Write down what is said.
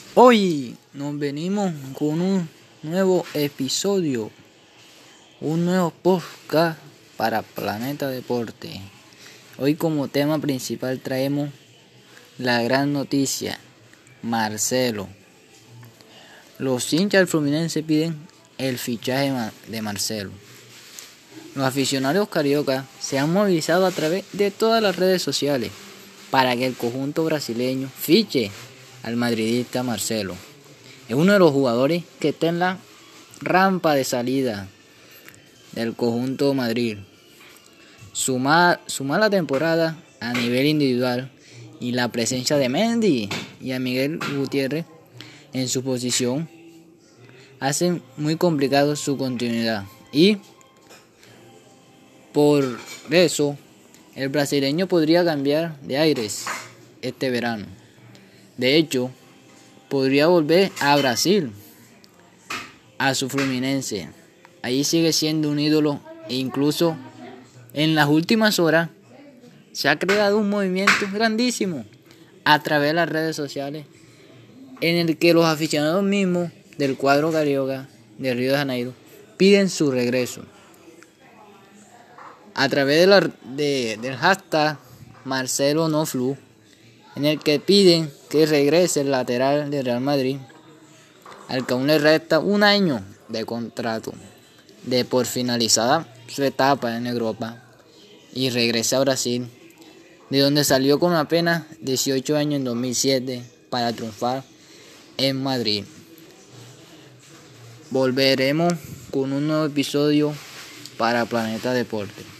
Hoy nos venimos con un nuevo episodio, un nuevo podcast para Planeta Deporte. Hoy como tema principal traemos la gran noticia, Marcelo. Los hinchas del Fluminense piden el fichaje de Marcelo. Los aficionados cariocas se han movilizado a través de todas las redes sociales para que el conjunto brasileño fiche al madridista Marcelo. Es uno de los jugadores que está en la rampa de salida del conjunto Madrid. Su mala temporada a nivel individual y la presencia de Mendy y a Miguel Gutiérrez en su posición hacen muy complicado su continuidad, y por eso el brasileño podría cambiar de aires este verano. De hecho, podría volver a Brasil, a su Fluminense. Allí sigue siendo un ídolo e incluso en las últimas horas se ha creado un movimiento grandísimo a través de las redes sociales en el que los aficionados mismos del cuadro carioca de Río de Janeiro piden su regreso. A través del hashtag Marcelo no Flu, en el que piden que regrese el lateral de Real Madrid, al que aún le resta un año de contrato de por finalizada su etapa en Europa, y regrese a Brasil, de donde salió con apenas 18 años en 2007 para triunfar en Madrid. Volveremos con un nuevo episodio para Planeta Deporte.